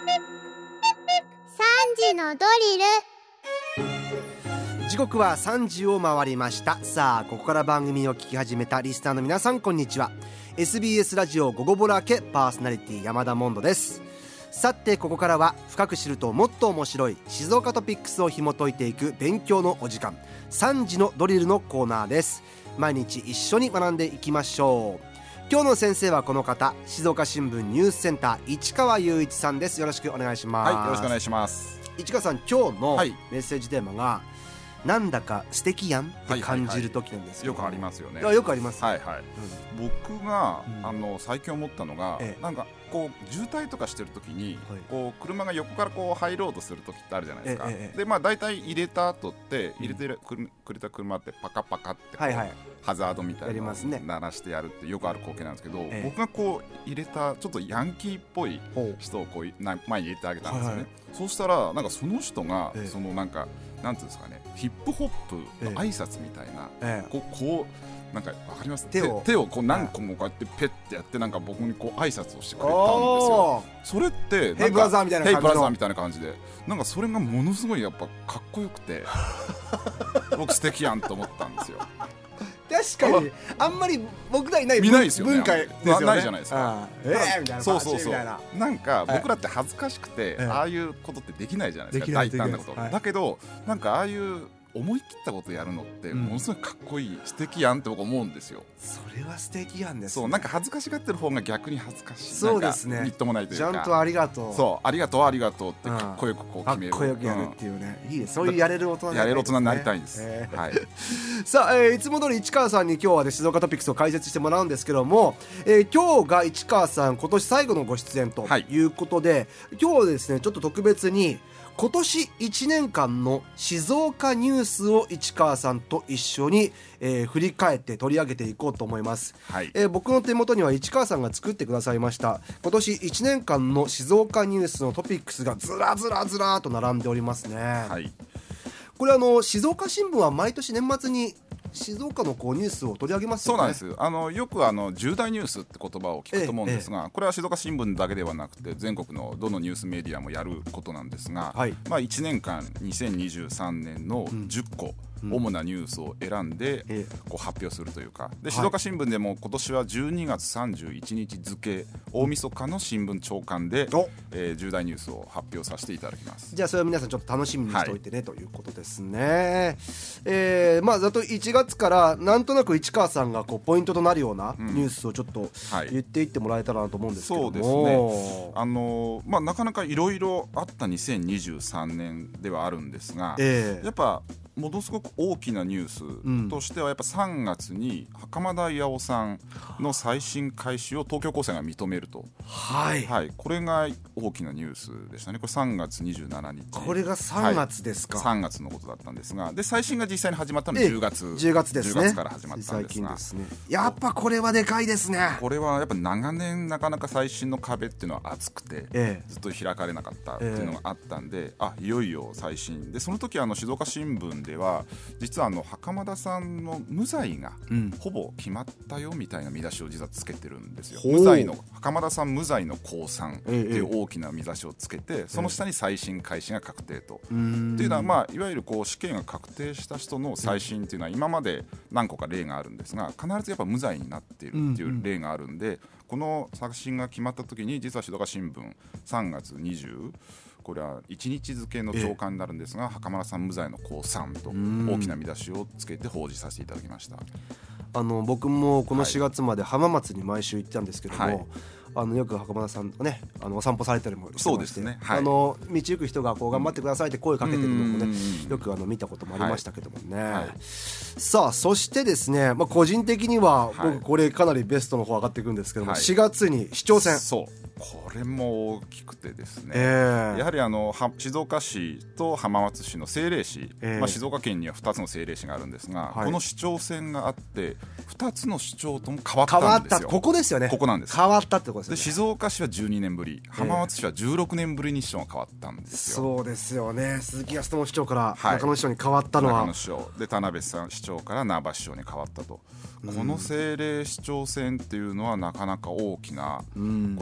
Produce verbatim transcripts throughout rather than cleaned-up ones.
時のドリル。 時刻はさんじを回りました。さあここから番組を聞き始めたリスナーの皆さん、こんにちは。 エスビーエス ラジオ午後ボラ系パーソナリティ山田モンドです。さてここからは深く知るともっと面白い静岡トピックスを紐解いていく勉強のお時間、さんじのドリルのコーナーです。毎日一緒に学んでいきましょう。今日の先生はこの方、静岡新聞ニュースセンター市川雄一さんです。よろしくお願いします。 はい、よろしくお願いします。 市川さん、今日のはいメッセージテーマが、なんだか素敵やんって感じる時なんですよ、 よくありますよね。 いやよくあります。 はいはい、うん、僕が、 うん、 あの最近思ったのが、ええ、なんかこう渋滞とかしてる時に、はい、こう車が横からこう入ろうとする時ってあるじゃないですか、ええ、でまあ大体入れた後って入れてくれた車ってパカパカってこう、はいはい、ハザードみたいなのを鳴らしてやるってよくある光景なんですけど、ええ、僕がこう入れたちょっとヤンキーっぽい人をこうな前に入れてあげたんですよね、はいはい、そうしたらなんかその人が、ええ、そのなんかなんていうんですかね、ヒップホップの挨拶みたいな、ええ、こうこうなんかわかります？手を手をこう何個もこうやってペッてやってなんか僕にこう挨拶をしてくれたんですよ。それってなんかヘイブラザーみたいな感じのヘイブラザーみたいな感じで、なんかそれがものすごいやっぱかっこよくて僕素敵やんと思ったんですよ。 確かにあんまり僕らいない見ないですよね、 文化ですよね。 ないじゃないですか。 えーみたいな、 そうそうそう、なんか僕らって恥ずかしくて、はい、ああいうことってできないじゃないですか、大胆なこと、はい、だけどなんかああいう思い切ったことやるのってものすごいかっこいい、うん、素敵やんって僕思うんですよ。 それは素敵やんですね。 そう、なんか恥ずかしがってる方が逆に恥ずかしい。 そうですね、 みっともないというか、 ちゃんとありがとう、 そうありがとうありがとうってかっこよくこう決める、 かっこよくやるっていうね、うん、いいです。そういうやれる大人になりたいですね。やれる大人になりたいんです、えーはい、さあ、えー、いつも通り市川さんに今日は、ね、静岡トピックスを解説してもらうんですけども、えー、今日が市川さん今年最後のご出演ということで、はい、今日はですねちょっと特別に今年いちねんかんの静岡ニュースを市川さんと一緒に、えー、振り返って取り上げていこうと思います、はい。えー、僕の手元には市川さんが作ってくださいました今年いちねんかんの静岡ニュースのトピックスがずらずらずらと並んでおりますね、はい。これあの静岡新聞は毎年年末に静岡のこうニュースを取り上げますよね。 そうなんです。あのよくあの重大ニュースって言葉を聞くと思うんですが、ええ、これは静岡新聞だけではなくて全国のどのニュースメディアもやることなんですが、はい、まあ、いちねんかんにせんにじゅうさんねんのじゅっこ、うん、主なニュースを選んで、うん、こう発表するというかで、静岡新聞でも今年はじゅうにがつさんじゅういちにち付大晦日の新聞朝刊で、えー、重大ニュースを発表させていただきます。 じゃあそれは皆さんちょっと楽しみにしておいてね、はい、ということですね。えー、まあざっといちがつからなんとなく市川さんがこうポイントとなるようなニュースをちょっと言っていってもらえたらなと思うんですけども、 そうですね、あの、まあ、なかなかいろいろあったにせんにじゅうさんねんではあるんですが、えー、やっぱものすごく大きなニュースとしてはやっぱさんがつに袴田巌さんの再審開始を東京高裁が認めると、はいはい、これが大きなニュースでしたね。これさんがつにじゅうしちにち、 これがさんがつですか、 はい、さんがつのことだったんですが、で再審が実際に始まったのはじゅうがつ、 じゅうがつですね、 じゅうがつから始まったんですが、 ですね、やっぱこれはでかいですね。 これはやっぱ長年なかなか再審の壁っていうのは厚くて、ええ、ずっと開かれなかったっていうのがあったんで、ええ、あいよいよ再審で、その時あの静岡新聞では実はあの袴田さんの無罪がほぼ決まったよみたいな見出しを実はつけてるんですよ、うん、無罪の袴田さん無罪の公算っていう大きな見出しをつけて、ええ、その下に再審開始が確定と、ええ、っていうのは、まあ、いわゆるこう死刑が確定した人の再審っていうのは今まで何個か例があるんですが、必ずやっぱ無罪になっているっていう例があるんで、うんうん、この再審が決まった時に実は静岡新聞さんがつにじゅうこれはいちにち付の朝刊になるんですが、ええ、袴田さん無罪の公算と大きな見出しをつけて報じさせていただきました。 あの僕もこのしがつまで浜松に毎週行ってたんですけども、はい、あのよく袴田さんがねあのお散歩されたりもしてまして、 そうですね、はい、 あの道行く人がこう頑張ってくださいって声かけてるのもね、よくあの見たこともありましたけどもね、はいはい、さあそしてですね、まあ、個人的には僕これかなりベストの方上がっていくんですけども、はい、しがつに市長選、 そうこれも大きくてですね、えー、やはりあの静岡市と浜松市の政令市、えーまあ、静岡県にはふたつの政令市があるんですが、はい、この市長選があってふたつの市長とも変わったんですよ。 変わった、ここですよね。 ここなんです。 変わったってことですよね。 で静岡市はじゅうにねんぶり、浜松市はじゅうろくねんぶりに市長が変わったんですよ、 えー、そうですよね。鈴木康友市長から中野市長に変わったのは、 はい、中野市長で田辺さん市長から苗場市長に変わったと、この政令市長選っていうのはなかなか大きなこうターニング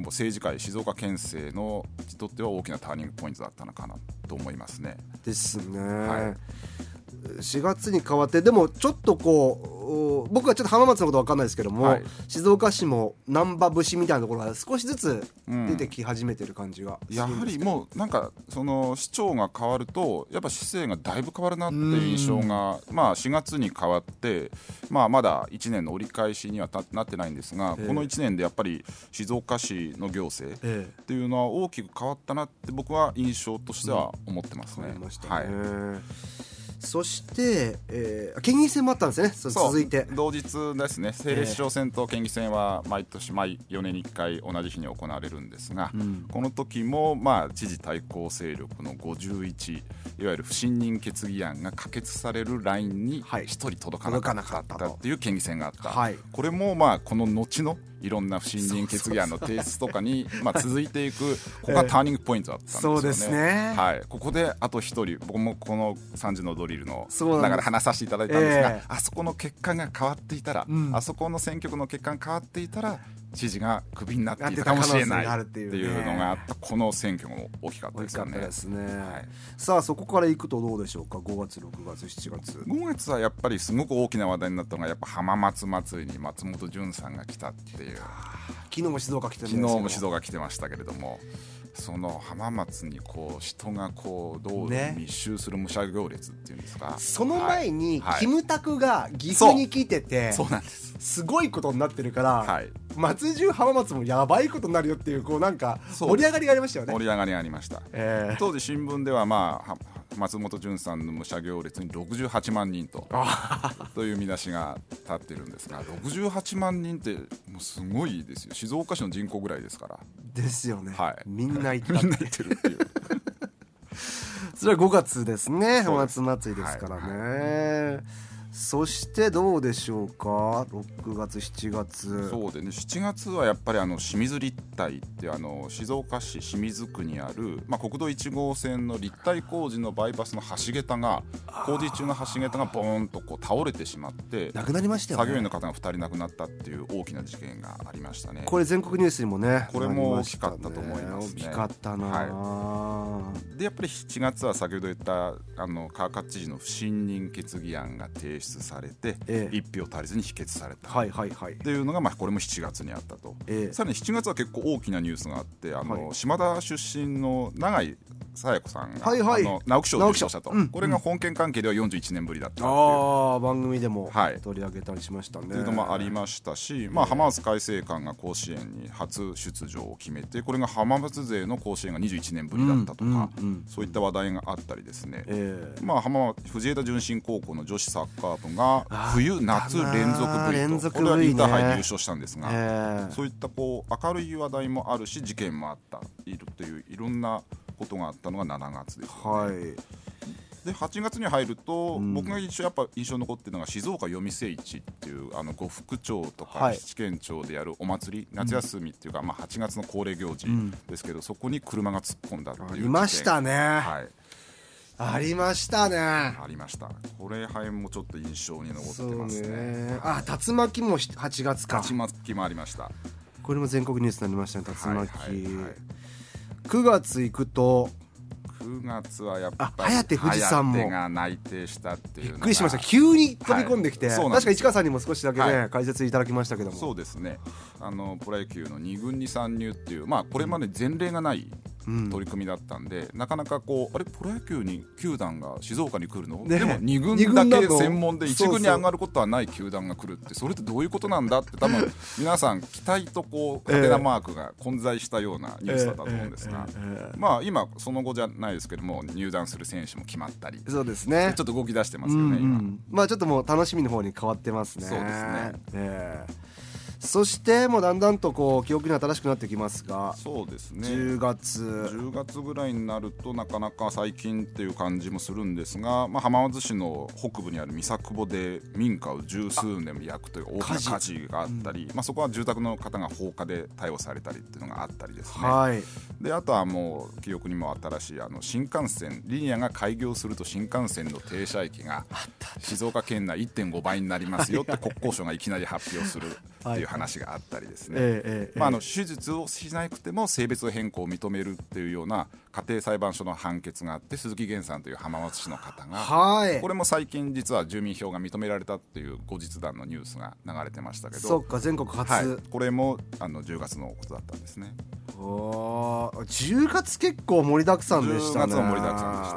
政治界静岡県政のにとっては大きなターニングポイントだったのかなと思いますね。 ですね、 はい、 しがつに変わってでもちょっとこう僕はちょっと浜松のこと分かんないですけども、はい、静岡市も難波節みたいなところが少しずつ出てき始めてる感じが、 うん、やはりもうなんかその市長が変わるとやっぱ市政がだいぶ変わるなっていう印象が、まあ、しがつに変わって、まあ、まだいちねんの折り返しにはなってないんですが、えー、このいちねんでやっぱり静岡市の行政っていうのは大きく変わったなって僕は印象としては思ってますね。 変わりましたね。はい、そして、えー、県議選もあったんですね。そ続いて同日ですね。政令市長選と県議選は毎年毎よねんにいっかい同じ日に行われるんですが、うん、この時も、まあ、知事対抗勢力のごじゅういちいわゆる不信任決議案が可決されるラインにひとり届かなかったっていう県議選があった、はい、これも、まあ、この後のいろんな不信任決議案の提出とかにまあ続いていくここがターニングポイントだったんですよね。 そうですね、 はい、ここであと一人僕もこのさんじのドリルの中で話させていただいたんですが、えー、あそこの結果が変わっていたら、うん、あそこの選挙区の結果が変わっていたら知事がクビになっていたかもしれないっていうのがあったこの選挙も大きかったですよね。 大きかったですね、はい、さあそこからいくとどうでしょうか。ごがつろくがつしちがつごがつはやっぱりすごく大きな話題になったのがやっぱ浜松祭りに松本潤さんが来たっていう。 昨日も静岡来て昨日も静岡来てましたけれども、その浜松にこう人がこう道路に密集する武者行列っていうんですか、ね、 その前に、はい、キムタクが岐阜に来てて、 そうなんです、 すごいことになってるから、はい、松中浜松もやばいことになるよっていうこうなんか盛り上がりがありましたよね。 盛り上がりがありました、えー、当時新聞では、まあ、松本潤さんの武者行列にろくじゅうはちまんにんとという見出しが立ってるんですが、ろくじゅうはちまんにんってもうすごいですよ。静岡市の人口ぐらいですからですよね、 はい、 みんな行ったみんな行ってるっていうそれはごがつですね。浜松祭りですからね、はいはい、そしてどうでしょうか。ろくがつしちがつそうでね、しちがつはやっぱりあの清水立体ってあの静岡市清水区にある、まあ、国道いち号線の立体工事のバイパスの橋桁が工事中の橋桁がボーンとこう倒れてしまって亡くなりましたよね。 作業員の方がふたり亡くなったっていう大きな事件がありましたね。 これ全国ニュースにもねこれも大きかったと思いますね。 大きかったな、 はい、でやっぱりしちがつは先ほど言ったあの川勝知事の不信任決議案が提出されて、ええ、いち票足りずに否決された、 はいはいはい、 っていうのが、まあ、これもしちがつにあったと、ええ、さらにしちがつは結構大きなニュースがあってあの、はい、島田出身の永井紗耶子さんが、はいはい、あの直木賞を受賞したと、うん、これが本件関係ではよんじゅういちねんぶりだったっていう、 あ番組でも取り上げたりしましたね、はい、 というのもありましたし、まあ、浜松開誠館が甲子園に初出場を決めてこれが浜松勢の甲子園がにじゅういちねんぶりだったとか、うんうんうん、そういった話題があったりですね、えーまあ、浜藤枝順心高校の女子サッカー部が冬夏連続 V とこれはインターハイで優勝したんですが、えー、そういったこう明るい話題もあるし事件もあったいるといういろんなことがあったのがしちがつですよね、はい、ではちがつに入ると、うん、僕が一緒やっぱ印象に残っているのが静岡夜店市っていうあの呉服町とか七軒町でやるお祭り、はい、夏休みっていうか、まあ、はちがつの恒例行事ですけど、うん、そこに車が突っ込んだっていう事件ありましたね、 はい、 ありましたねありましたこれはもちょっと印象に残ってますね。そうねあ竜巻もはちがつか竜巻もありました。 これも全国ニュースになりましたね竜巻、はいはいはい、くがつ行くとくがつはやっぱり颯富士山も颯が内定したっていうのがびっくりしました。急に飛び込んできて、はい、確か市川さんにも少しだけね、はい、解説いただきましたけどもそうですねあのプロ野球のに軍に参入っていう、まあ、これまで前例がない取り組みだったんで、うん、なかなかこうあれプロ野球に球団が静岡に来るの、ね、でもに軍だけ専門でいち軍に上がることはない球団が来るってそれってどういうことなんだって多分皆さん期待とこうハテナマークが混在したようなニュースだったと思うんですが、えーえーえー、まあ今その後じゃないですけども入団する選手も決まったりそうですねちょっと動き出してますよね、うんうん、今まあちょっともう楽しみの方に変わってますね。 そうですね、 えーそしてもうだんだんとこう記憶に新しくなってきますがそうですねじゅうがつじゅうがつぐらいになるとなかなか最近っていう感じもするんですが、まあ、浜松市の北部にある三佐久保で民家を十数年も焼くという大きな火事があったり、うんまあ、そこは住宅の方が放火で逮捕されたりっていうのがあったりですね、はい、であとはもう記憶にも新しいあの新幹線リニアが開業すると新幹線の停車駅が静岡県内 いってんご 倍になりますよって国交省がいきなり発表するっていう話があったりですね、 えええまあ、あの手術をしなくても性別変更を認めるっていうような家庭裁判所の判決があって、鈴木源さんという浜松市の方が、 はい、 これも最近実は住民票が認められたっていう後日談のニュースが流れてましたけど、 そっか全国初、 はい、これもあのじゅうがつのことだったんですね。 おじゅうがつ結構盛りだくさんでしたね。 じゅうがつは盛りだくさんでした。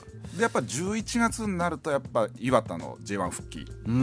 でやっぱじゅういちがつになるとやっぱ岩田の ジェイワン 復帰、 うん、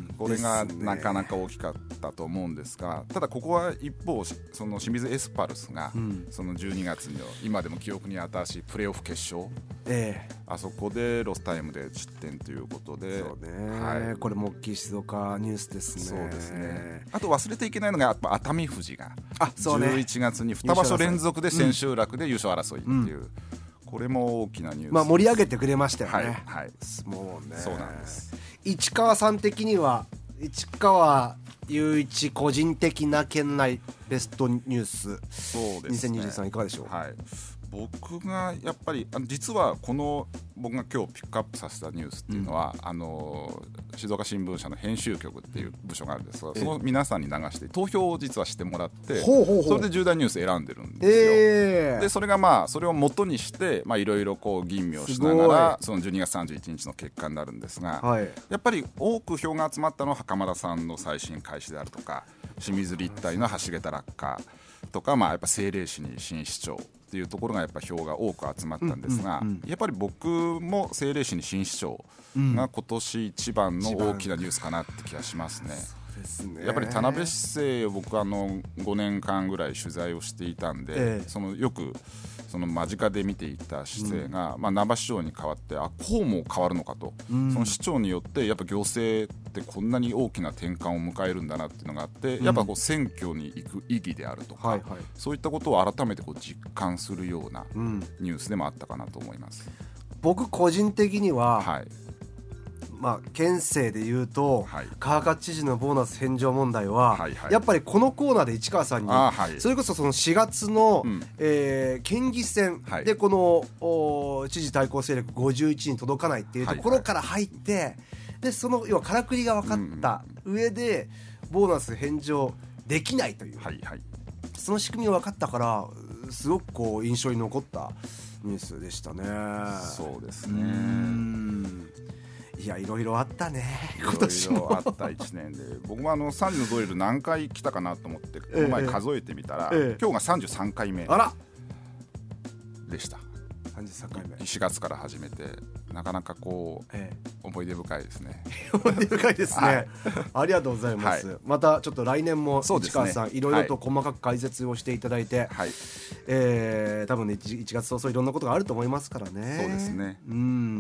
これがなかなか大きかったと思うんですが、ただここは一方その清水エスパルスが、うん、そのじゅうにがつの今でも記憶に新しいプレーオフ決勝、ええ、あそこでロスタイムで失点ということで、 そうね、はい、これも大きい静岡ニュースですね。 そうですね。あと忘れていけないのがやっぱ熱海富士があそう、ね、 じゅういちがつにに場所連続で千秋楽で優勝争いっていう、うんうん、これも大きなニュース、 まあ、盛り上げてくれましたよね、 はいはい、 もうね、 そうなんです。 市川さん的には市川雄一個人的な県内ベストニュース、 そうですね、 にせんにじゅうさんいかがでしょう。 はい、僕がやっぱりあの実はこの僕が今日ピックアップさせたニュースっていうのは、うん、あの静岡新聞社の編集局っていう部署があるんですが、その皆さんに流して投票を実はしてもらって、ほうほうほう、それで重大ニュース選んでるんですよ、えー、でそれがまあそれを元にしていろいろ吟味をしながらそのじゅうにがつさんじゅういちにちの結果になるんですが、はい、やっぱり多く票が集まったのは袴田さんの再審開始であるとか、清水立体の橋桁落下とか、まあ、やっぱ政令市に新市長っていうところがやっぱ票が多く集まったんですが、うんうんうん、やっぱり僕も政令市に新市長が今年一番の大きなニュースかなって気がしますね。 そうですね。 やっぱり田辺市政を僕あのごねんかんぐらい取材をしていたんで、ええ、そのよくその間近で見ていた市政が、うん、まあ、難波市長に代わってあこうも変わるのかと、うん、その市長によってやっぱ行政ってこんなに大きな転換を迎えるんだなっていうのがあって、うん、やっぱこう選挙に行く意義であるとか、はいはい、そういったことを改めてこう実感するようなニュースでもあったかなと思います、 うん、僕個人的には、はい、まあ、県政でいうと、はい、川勝知事のボーナス返上問題は、はいはい、やっぱりこのコーナーで市川さんに、はい、それこそそのしがつの、うん、えー、県議選でこの知事対抗勢力ごじゅういちに届かないっていうところから入って、はいはい、でその要はからくりが分かった上で、うん、ボーナス返上できないという、はいはい、その仕組みが分かったからすごくこう印象に残ったニュースでしたね。 そうですね。 いやいろいろあったね今年も。いろいろあったいちねんで僕もあのさんじのドリル何回来たかなと思ってこの前数えてみたら、ええええ、今日がさんじゅうさんかいめでした。 さんじゅうさんかいめ、 しがつから始めてなかなかこう、ええ、思い出深いですね。 思い出深いですね、はい、ありがとうございます、はい、またちょっと来年も市川さん、ね、いろいろと細かく解説をしていただいて、はい、えー、多分ね いちがつ早々いろんなことがあると思いますからね。 そうですね。 うん、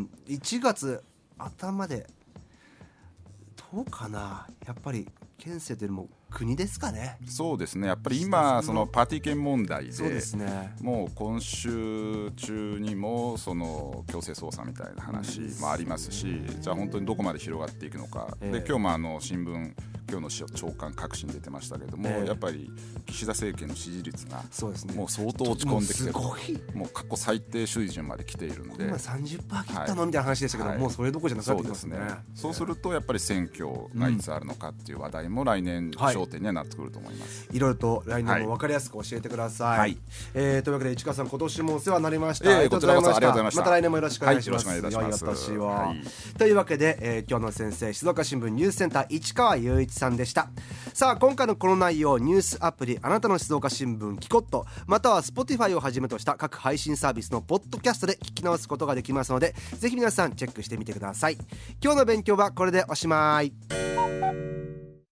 いちがつ頭でどうかな、やっぱり県政というよりも国ですかね。 そうですね。やっぱり今そのパーティー券問題で、 そうですね、もう今週中にもその強制捜査みたいな話もありますし、じゃあ本当にどこまで広がっていくのか、えー、で今日もあの新聞今日の朝刊各紙に出てましたけども、えー、やっぱり岸田政権の支持率がもう相当落ち込んできてる、もう、もう過去最低水準まで来ているんで、 今 さんじゅっパーセント 切ったのみたいな話でしたけど、はい、もうそれどころじゃなくなってきますね。 そうですね。そうするとやっぱり選挙がいつあるのかっていう話題も来年焦点にはなってくると思います、はい、 いろいろと来年も分かりやすく教えてください、はい、えー、というわけで市川さん今年もお世話になりました、 えー、ありがとうございました。ありがとうございました。 また来年もよろしくお願いします、 はい、よろしくお願いいたします。 良いお年を、はい、というわけで、えー、今日の先生静岡新聞ニュースセンター市川雄一さんでした。さあ今回のこの内容ニュースアプリあなたの静岡新聞キコットまたは Spotify をはじめとした各配信サービスのポッドキャストで聞き直すことができますのでぜひ皆さんチェックしてみてください。今日の勉強はこれでおしまい。